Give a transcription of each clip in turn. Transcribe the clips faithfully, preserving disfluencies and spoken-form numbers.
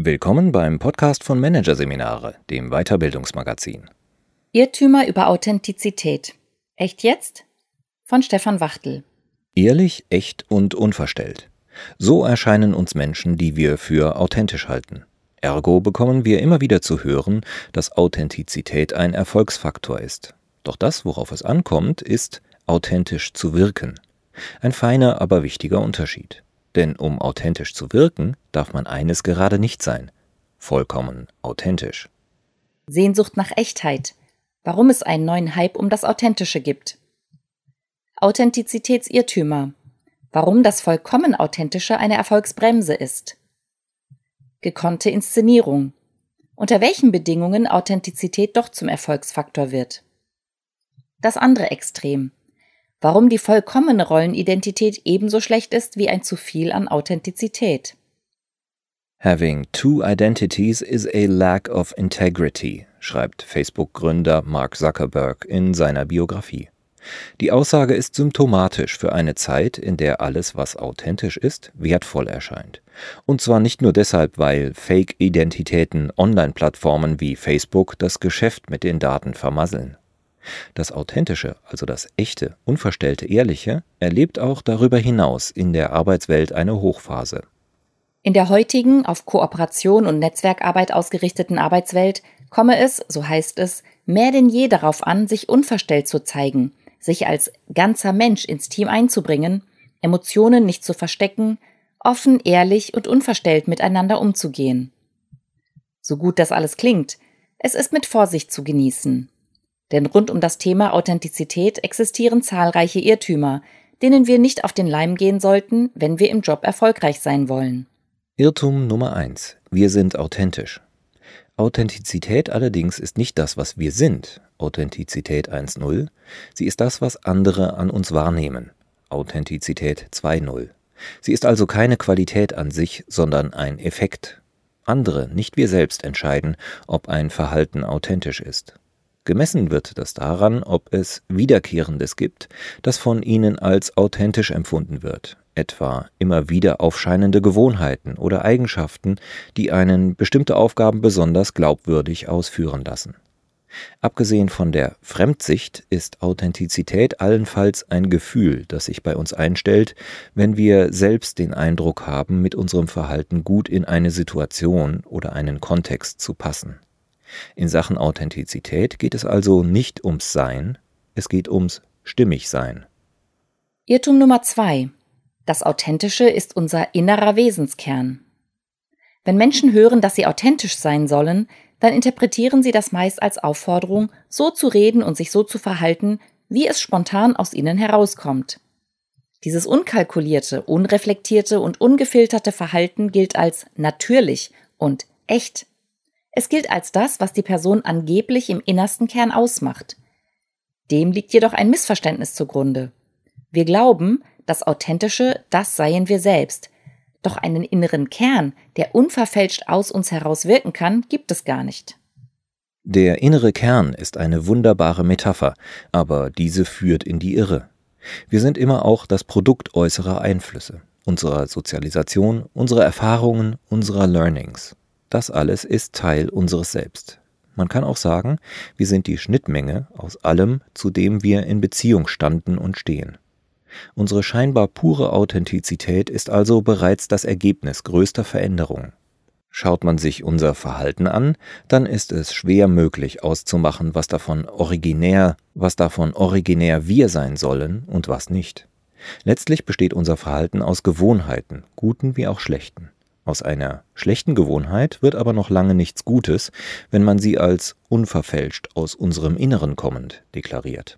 Willkommen beim Podcast von Managerseminare, dem Weiterbildungsmagazin. Irrtümer über Authentizität. Echt jetzt? Von Stefan Wachtel. Ehrlich, echt und unverstellt. So erscheinen uns Menschen, die wir für authentisch halten. Ergo bekommen wir immer wieder zu hören, dass Authentizität ein Erfolgsfaktor ist. Doch das, worauf es ankommt, ist, authentisch zu wirken. Ein feiner, aber wichtiger Unterschied. Denn um authentisch zu wirken, darf man eines gerade nicht sein: vollkommen authentisch. Sehnsucht nach Echtheit. Warum es einen neuen Hype um das Authentische gibt. Authentizitätsirrtümer. Warum das vollkommen Authentische eine Erfolgsbremse ist. Gekonnte Inszenierung. Unter welchen Bedingungen Authentizität doch zum Erfolgsfaktor wird. Das andere Extrem. Warum die vollkommene Rollenidentität ebenso schlecht ist wie ein zu viel an Authentizität. Having two identities is a lack of integrity, schreibt Facebook-Gründer Mark Zuckerberg in seiner Biografie. Die Aussage ist symptomatisch für eine Zeit, in der alles, was authentisch ist, wertvoll erscheint. Und zwar nicht nur deshalb, weil Fake-Identitäten Online-Plattformen wie Facebook das Geschäft mit den Daten vermasseln. Das Authentische, also das echte, unverstellte Ehrliche, erlebt auch darüber hinaus in der Arbeitswelt eine Hochphase. In der heutigen, auf Kooperation und Netzwerkarbeit ausgerichteten Arbeitswelt komme es, so heißt es, mehr denn je darauf an, sich unverstellt zu zeigen, sich als ganzer Mensch ins Team einzubringen, Emotionen nicht zu verstecken, offen, ehrlich und unverstellt miteinander umzugehen. So gut das alles klingt, es ist mit Vorsicht zu genießen. Denn rund um das Thema Authentizität existieren zahlreiche Irrtümer, denen wir nicht auf den Leim gehen sollten, wenn wir im Job erfolgreich sein wollen. Irrtum Nummer eins. Wir sind authentisch. Authentizität allerdings ist nicht das, was wir sind. Authentizität eins Punkt null. Sie ist das, was andere an uns wahrnehmen. Authentizität zwei Punkt null. Sie ist also keine Qualität an sich, sondern ein Effekt. Andere, nicht wir selbst, entscheiden, ob ein Verhalten authentisch ist. Gemessen wird das daran, ob es Wiederkehrendes gibt, das von ihnen als authentisch empfunden wird, etwa immer wieder aufscheinende Gewohnheiten oder Eigenschaften, die einen bestimmte Aufgaben besonders glaubwürdig ausführen lassen. Abgesehen von der Fremdsicht ist Authentizität allenfalls ein Gefühl, das sich bei uns einstellt, wenn wir selbst den Eindruck haben, mit unserem Verhalten gut in eine Situation oder einen Kontext zu passen. In Sachen Authentizität geht es also nicht ums Sein, es geht ums Stimmigsein. Irrtum Nummer zwei. Das Authentische ist unser innerer Wesenskern. Wenn Menschen hören, dass sie authentisch sein sollen, dann interpretieren sie das meist als Aufforderung, so zu reden und sich so zu verhalten, wie es spontan aus ihnen herauskommt. Dieses unkalkulierte, unreflektierte und ungefilterte Verhalten gilt als natürlich und echt. Es gilt als das, was die Person angeblich im innersten Kern ausmacht. Dem liegt jedoch ein Missverständnis zugrunde. Wir glauben, das Authentische, das seien wir selbst. Doch einen inneren Kern, der unverfälscht aus uns heraus wirken kann, gibt es gar nicht. Der innere Kern ist eine wunderbare Metapher, aber diese führt in die Irre. Wir sind immer auch das Produkt äußerer Einflüsse, unserer Sozialisation, unserer Erfahrungen, unserer Learnings. Das alles ist Teil unseres Selbst. Man kann auch sagen, wir sind die Schnittmenge aus allem, zu dem wir in Beziehung standen und stehen. Unsere scheinbar pure Authentizität ist also bereits das Ergebnis größter Veränderungen. Schaut man sich unser Verhalten an, dann ist es schwer möglich auszumachen, was davon originär, was davon originär wir sein sollen und was nicht. Letztlich besteht unser Verhalten aus Gewohnheiten, guten wie auch schlechten. Aus einer schlechten Gewohnheit wird aber noch lange nichts Gutes, wenn man sie als unverfälscht aus unserem Inneren kommend deklariert.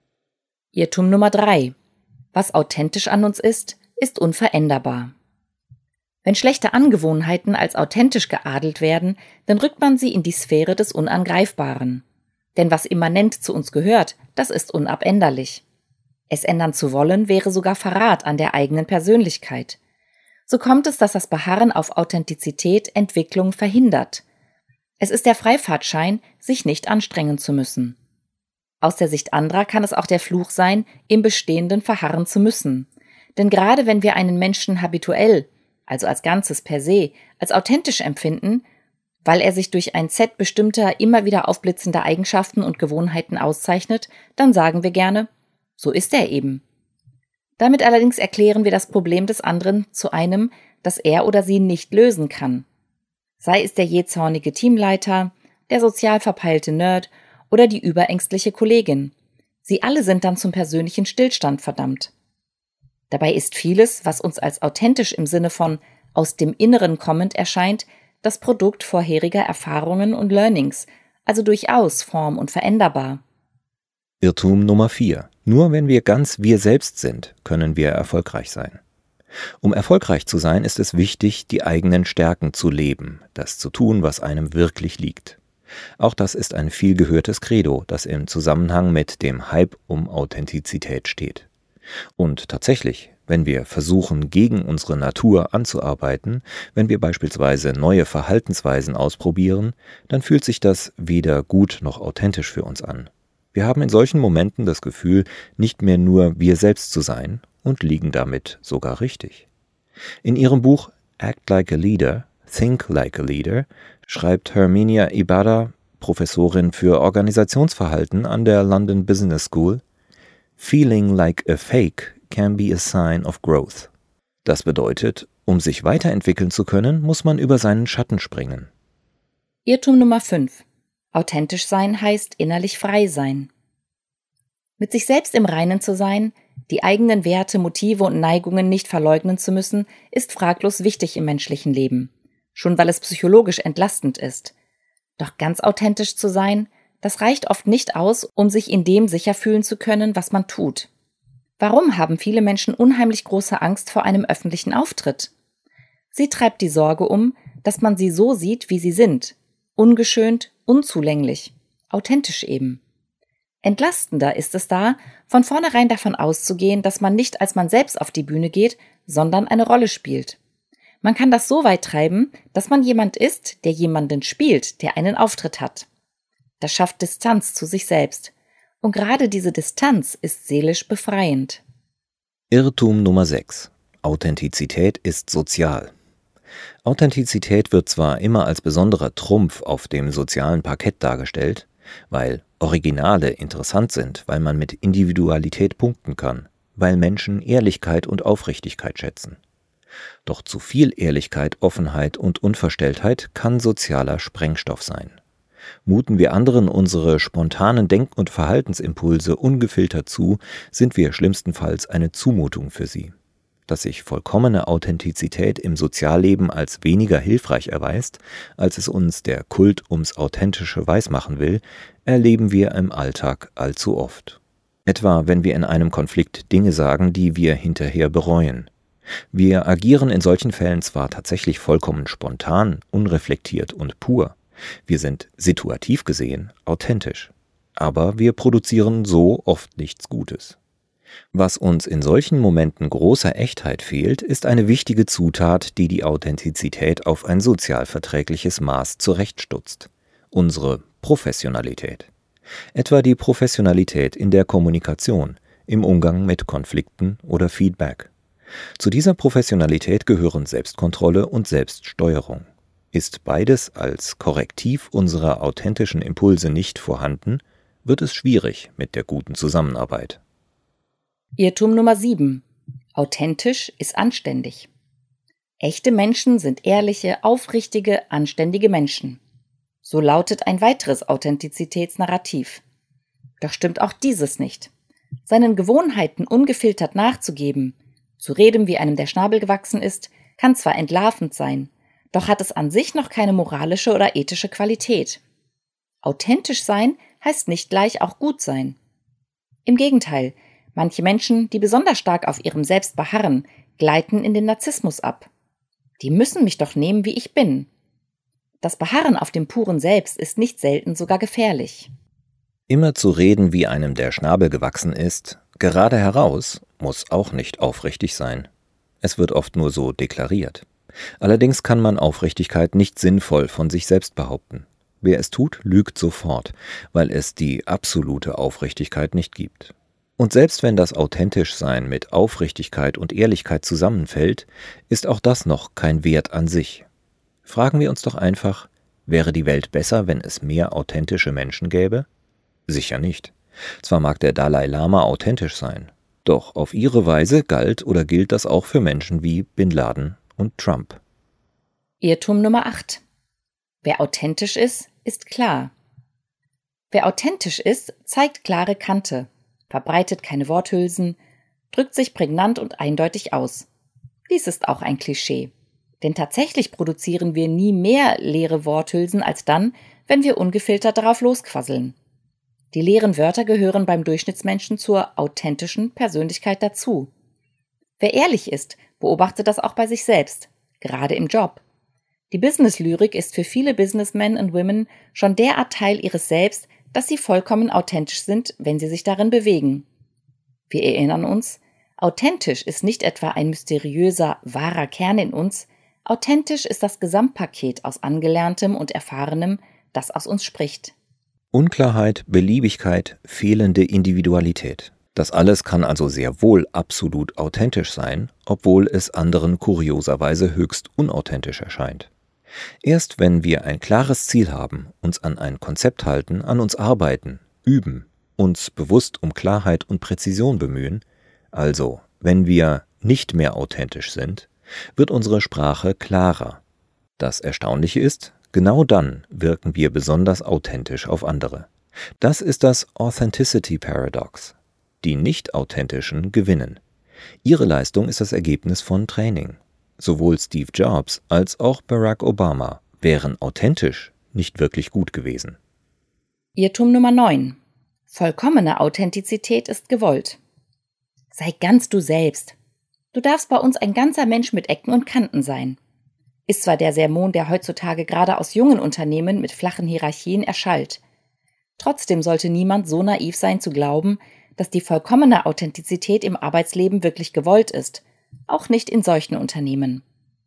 Irrtum Nummer drei. Was authentisch an uns ist, ist unveränderbar. Wenn schlechte Angewohnheiten als authentisch geadelt werden, dann rückt man sie in die Sphäre des Unangreifbaren. Denn was immanent zu uns gehört, das ist unabänderlich. Es ändern zu wollen, wäre sogar Verrat an der eigenen Persönlichkeit. So kommt es, dass das Beharren auf Authentizität Entwicklung verhindert. Es ist der Freifahrtschein, sich nicht anstrengen zu müssen. Aus der Sicht anderer kann es auch der Fluch sein, im Bestehenden verharren zu müssen. Denn gerade wenn wir einen Menschen habituell, also als Ganzes per se, als authentisch empfinden, weil er sich durch ein Set bestimmter, immer wieder aufblitzender Eigenschaften und Gewohnheiten auszeichnet, dann sagen wir gerne, so ist er eben. Damit allerdings erklären wir das Problem des anderen zu einem, das er oder sie nicht lösen kann. Sei es der jähzornige Teamleiter, der sozial verpeilte Nerd oder die überängstliche Kollegin. Sie alle sind dann zum persönlichen Stillstand verdammt. Dabei ist vieles, was uns als authentisch im Sinne von aus dem Inneren kommend erscheint, das Produkt vorheriger Erfahrungen und Learnings, also durchaus form- und veränderbar. Irrtum Nummer vier. Nur wenn wir ganz wir selbst sind, können wir erfolgreich sein. Um erfolgreich zu sein, ist es wichtig, die eigenen Stärken zu leben, das zu tun, was einem wirklich liegt. Auch das ist ein vielgehörtes Credo, das im Zusammenhang mit dem Hype um Authentizität steht. Und tatsächlich, wenn wir versuchen, gegen unsere Natur anzuarbeiten, wenn wir beispielsweise neue Verhaltensweisen ausprobieren, dann fühlt sich das weder gut noch authentisch für uns an. Wir haben in solchen Momenten das Gefühl, nicht mehr nur wir selbst zu sein und liegen damit sogar richtig. In ihrem Buch Act Like a Leader, Think Like a Leader schreibt Herminia Ibarra, Professorin für Organisationsverhalten an der London Business School, Feeling like a fake can be a sign of growth. Das bedeutet, um sich weiterentwickeln zu können, muss man über seinen Schatten springen. Irrtum Nummer fünf. Authentisch sein heißt innerlich frei sein. Mit sich selbst im Reinen zu sein, die eigenen Werte, Motive und Neigungen nicht verleugnen zu müssen, ist fraglos wichtig im menschlichen Leben. Schon weil es psychologisch entlastend ist. Doch ganz authentisch zu sein, das reicht oft nicht aus, um sich in dem sicher fühlen zu können, was man tut. Warum haben viele Menschen unheimlich große Angst vor einem öffentlichen Auftritt? Sie treibt die Sorge um, dass man sie so sieht, wie sie sind. Ungeschönt, unzulänglich, authentisch eben. Entlastender ist es da, von vornherein davon auszugehen, dass man nicht als man selbst auf die Bühne geht, sondern eine Rolle spielt. Man kann das so weit treiben, dass man jemand ist, der jemanden spielt, der einen Auftritt hat. Das schafft Distanz zu sich selbst. Und gerade diese Distanz ist seelisch befreiend. Irrtum Nummer sechs. Authentizität ist sozial. Authentizität wird zwar immer als besonderer Trumpf auf dem sozialen Parkett dargestellt, weil Originale interessant sind, weil man mit Individualität punkten kann, weil Menschen Ehrlichkeit und Aufrichtigkeit schätzen. Doch zu viel Ehrlichkeit, Offenheit und Unverstelltheit kann sozialer Sprengstoff sein. Muten wir anderen unsere spontanen Denk- und Verhaltensimpulse ungefiltert zu, sind wir schlimmstenfalls eine Zumutung für sie. Dass sich vollkommene Authentizität im Sozialleben als weniger hilfreich erweist, als es uns der Kult ums Authentische weismachen will, erleben wir im Alltag allzu oft. Etwa, wenn wir in einem Konflikt Dinge sagen, die wir hinterher bereuen. Wir agieren in solchen Fällen zwar tatsächlich vollkommen spontan, unreflektiert und pur. Wir sind situativ gesehen authentisch, aber wir produzieren so oft nichts Gutes. Was uns in solchen Momenten großer Echtheit fehlt, ist eine wichtige Zutat, die die Authentizität auf ein sozialverträgliches Maß zurechtstutzt: unsere Professionalität. Etwa die Professionalität in der Kommunikation, im Umgang mit Konflikten oder Feedback. Zu dieser Professionalität gehören Selbstkontrolle und Selbststeuerung. Ist beides als Korrektiv unserer authentischen Impulse nicht vorhanden, wird es schwierig mit der guten Zusammenarbeit. Irrtum Nummer sieben. Authentisch ist anständig. Echte Menschen sind ehrliche, aufrichtige, anständige Menschen. So lautet ein weiteres Authentizitätsnarrativ. Doch stimmt auch dieses nicht. Seinen Gewohnheiten ungefiltert nachzugeben, zu reden, wie einem der Schnabel gewachsen ist, kann zwar entlarvend sein, doch hat es an sich noch keine moralische oder ethische Qualität. Authentisch sein heißt nicht gleich auch gut sein. Im Gegenteil, manche Menschen, die besonders stark auf ihrem Selbst beharren, gleiten in den Narzissmus ab. Die müssen mich doch nehmen, wie ich bin. Das Beharren auf dem puren Selbst ist nicht selten sogar gefährlich. Immer zu reden, wie einem der Schnabel gewachsen ist, gerade heraus, muss auch nicht aufrichtig sein. Es wird oft nur so deklariert. Allerdings kann man Aufrichtigkeit nicht sinnvoll von sich selbst behaupten. Wer es tut, lügt sofort, weil es die absolute Aufrichtigkeit nicht gibt. Und selbst wenn das Authentischsein mit Aufrichtigkeit und Ehrlichkeit zusammenfällt, ist auch das noch kein Wert an sich. Fragen wir uns doch einfach, wäre die Welt besser, wenn es mehr authentische Menschen gäbe? Sicher nicht. Zwar mag der Dalai Lama authentisch sein, doch auf ihre Weise galt oder gilt das auch für Menschen wie Bin Laden und Trump. Irrtum Nummer acht. Wer authentisch ist, ist klar. Wer authentisch ist, zeigt klare Kante, verbreitet keine Worthülsen, drückt sich prägnant und eindeutig aus. Dies ist auch ein Klischee. Denn tatsächlich produzieren wir nie mehr leere Worthülsen als dann, wenn wir ungefiltert darauf losquasseln. Die leeren Wörter gehören beim Durchschnittsmenschen zur authentischen Persönlichkeit dazu. Wer ehrlich ist, beobachtet das auch bei sich selbst, gerade im Job. Die Business-Lyrik ist für viele Businessmen und Women schon derart Teil ihres Selbst, dass sie vollkommen authentisch sind, wenn sie sich darin bewegen. Wir erinnern uns, authentisch ist nicht etwa ein mysteriöser, wahrer Kern in uns, authentisch ist das Gesamtpaket aus Angelerntem und Erfahrenem, das aus uns spricht. Unklarheit, Beliebigkeit, fehlende Individualität. Das alles kann also sehr wohl absolut authentisch sein, obwohl es anderen kurioserweise höchst unauthentisch erscheint. Erst wenn wir ein klares Ziel haben, uns an ein Konzept halten, an uns arbeiten, üben, uns bewusst um Klarheit und Präzision bemühen, also wenn wir nicht mehr authentisch sind, wird unsere Sprache klarer. Das Erstaunliche ist, genau dann wirken wir besonders authentisch auf andere. Das ist das Authenticity Paradox. Die Nicht-Authentischen gewinnen. Ihre Leistung ist das Ergebnis von Training. Sowohl Steve Jobs als auch Barack Obama wären authentisch nicht wirklich gut gewesen. Irrtum Nummer neun. Vollkommene Authentizität ist gewollt. Sei ganz du selbst. Du darfst bei uns ein ganzer Mensch mit Ecken und Kanten sein. Ist zwar der Sermon, der heutzutage gerade aus jungen Unternehmen mit flachen Hierarchien erschallt. Trotzdem sollte niemand so naiv sein zu glauben, dass die vollkommene Authentizität im Arbeitsleben wirklich gewollt ist, auch nicht in solchen Unternehmen.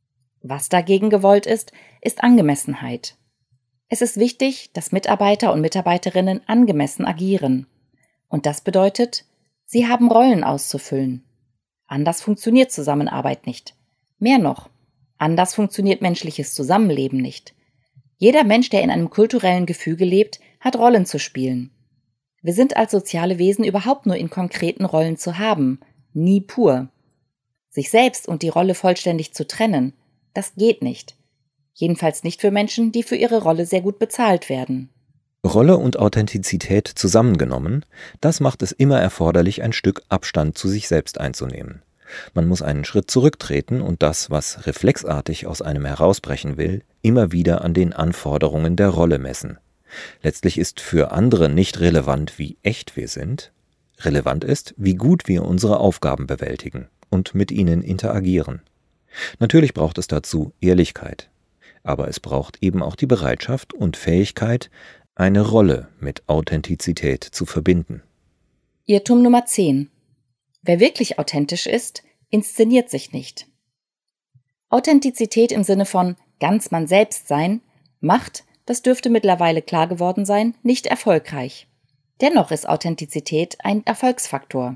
Was dagegen gewollt ist, ist Angemessenheit. Es ist wichtig, dass Mitarbeiter und Mitarbeiterinnen angemessen agieren. Und das bedeutet, sie haben Rollen auszufüllen. Anders funktioniert Zusammenarbeit nicht. Mehr noch, anders funktioniert menschliches Zusammenleben nicht. Jeder Mensch, der in einem kulturellen Gefüge lebt, hat Rollen zu spielen. Wir sind als soziale Wesen überhaupt nur in konkreten Rollen zu haben, nie pur. Sich selbst und die Rolle vollständig zu trennen, das geht nicht. Jedenfalls nicht für Menschen, die für ihre Rolle sehr gut bezahlt werden. Rolle und Authentizität zusammengenommen, das macht es immer erforderlich, ein Stück Abstand zu sich selbst einzunehmen. Man muss einen Schritt zurücktreten und das, was reflexartig aus einem herausbrechen will, immer wieder an den Anforderungen der Rolle messen. Letztlich ist für andere nicht relevant, wie echt wir sind. Relevant ist, wie gut wir unsere Aufgaben bewältigen und mit ihnen interagieren. Natürlich braucht es dazu Ehrlichkeit, aber es braucht eben auch die Bereitschaft und Fähigkeit, eine Rolle mit Authentizität zu verbinden. Irrtum Nummer zehn. Wer wirklich authentisch ist, inszeniert sich nicht. Authentizität im Sinne von ganz man selbst sein macht, das dürfte mittlerweile klar geworden sein, nicht erfolgreich. Dennoch ist Authentizität ein Erfolgsfaktor.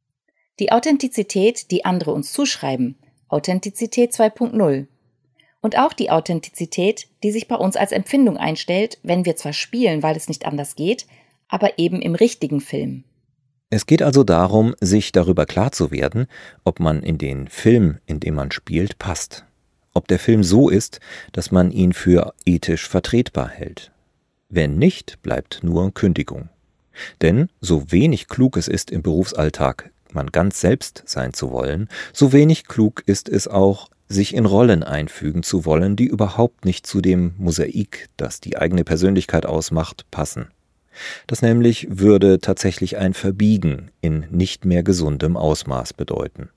Die Authentizität, die andere uns zuschreiben, Authentizität zwei Punkt null. Und auch die Authentizität, die sich bei uns als Empfindung einstellt, wenn wir zwar spielen, weil es nicht anders geht, aber eben im richtigen Film. Es geht also darum, sich darüber klar zu werden, ob man in den Film, in dem man spielt, passt. Ob der Film so ist, dass man ihn für ethisch vertretbar hält. Wenn nicht, bleibt nur Kündigung. Denn so wenig klug es ist im Berufsalltag, man ganz selbst sein zu wollen, so wenig klug ist es auch, sich in Rollen einfügen zu wollen, die überhaupt nicht zu dem Mosaik, das die eigene Persönlichkeit ausmacht, passen. Das nämlich würde tatsächlich ein Verbiegen in nicht mehr gesundem Ausmaß bedeuten.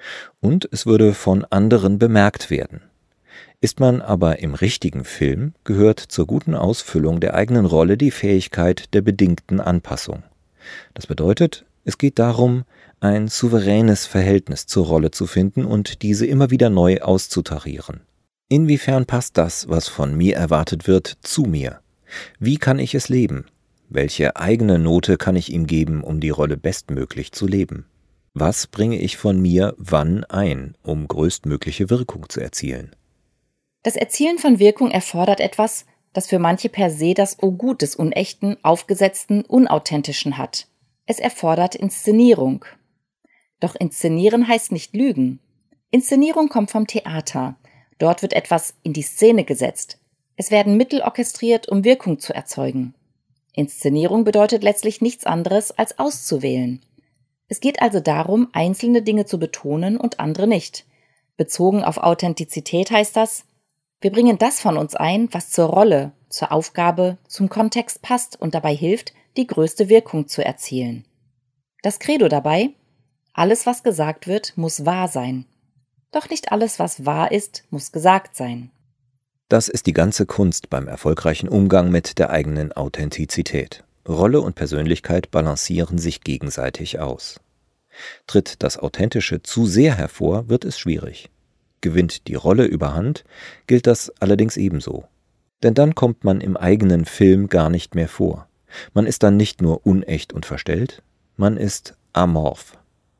Und es würde von anderen bemerkt werden. Ist man aber im richtigen Film, gehört zur guten Ausfüllung der eigenen Rolle die Fähigkeit der bedingten Anpassung. Das bedeutet, es geht darum, ein souveränes Verhältnis zur Rolle zu finden und diese immer wieder neu auszutarieren. Inwiefern passt das, was von mir erwartet wird, zu mir? Wie kann ich es leben? Welche eigene Note kann ich ihm geben, um die Rolle bestmöglich zu leben? Was bringe ich von mir wann ein, um größtmögliche Wirkung zu erzielen? Das Erzielen von Wirkung erfordert etwas, das für manche per se das Oh-Gut des Unechten, Aufgesetzten, Unauthentischen hat. Es erfordert Inszenierung. Doch inszenieren heißt nicht lügen. Inszenierung kommt vom Theater. Dort wird etwas in die Szene gesetzt. Es werden Mittel orchestriert, um Wirkung zu erzeugen. Inszenierung bedeutet letztlich nichts anderes, als auszuwählen. Es geht also darum, einzelne Dinge zu betonen und andere nicht. Bezogen auf Authentizität heißt das, wir bringen das von uns ein, was zur Rolle, zur Aufgabe, zum Kontext passt und dabei hilft, die größte Wirkung zu erzielen. Das Credo dabei: Alles, was gesagt wird, muss wahr sein. Doch nicht alles, was wahr ist, muss gesagt sein. Das ist die ganze Kunst beim erfolgreichen Umgang mit der eigenen Authentizität. Rolle und Persönlichkeit balancieren sich gegenseitig aus. Tritt das Authentische zu sehr hervor, wird es schwierig. Gewinnt die Rolle überhand, gilt das allerdings ebenso. Denn dann kommt man im eigenen Film gar nicht mehr vor. Man ist dann nicht nur unecht und verstellt, man ist amorph.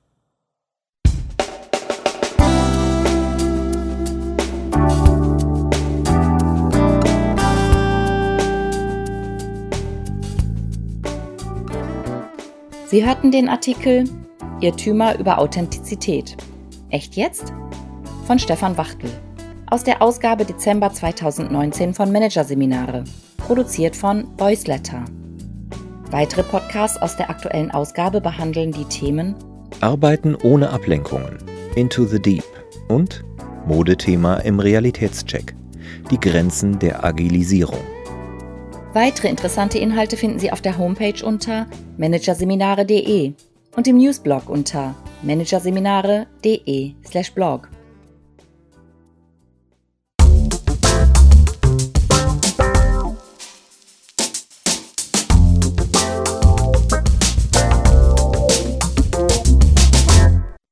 Sie hörten den Artikel Irrtümer über Authentizität. Echt jetzt? Von Stefan Wachtel. Aus der Ausgabe Dezember zweitausendneunzehn von Managerseminare. Produziert von Voiceletter. Weitere Podcasts aus der aktuellen Ausgabe behandeln die Themen Arbeiten ohne Ablenkungen, Into the Deep und Modethema im Realitätscheck, die Grenzen der Agilisierung. Weitere interessante Inhalte finden Sie auf der Homepage unter managerseminare punkt de und im Newsblog unter managerseminare punkt de slash blog.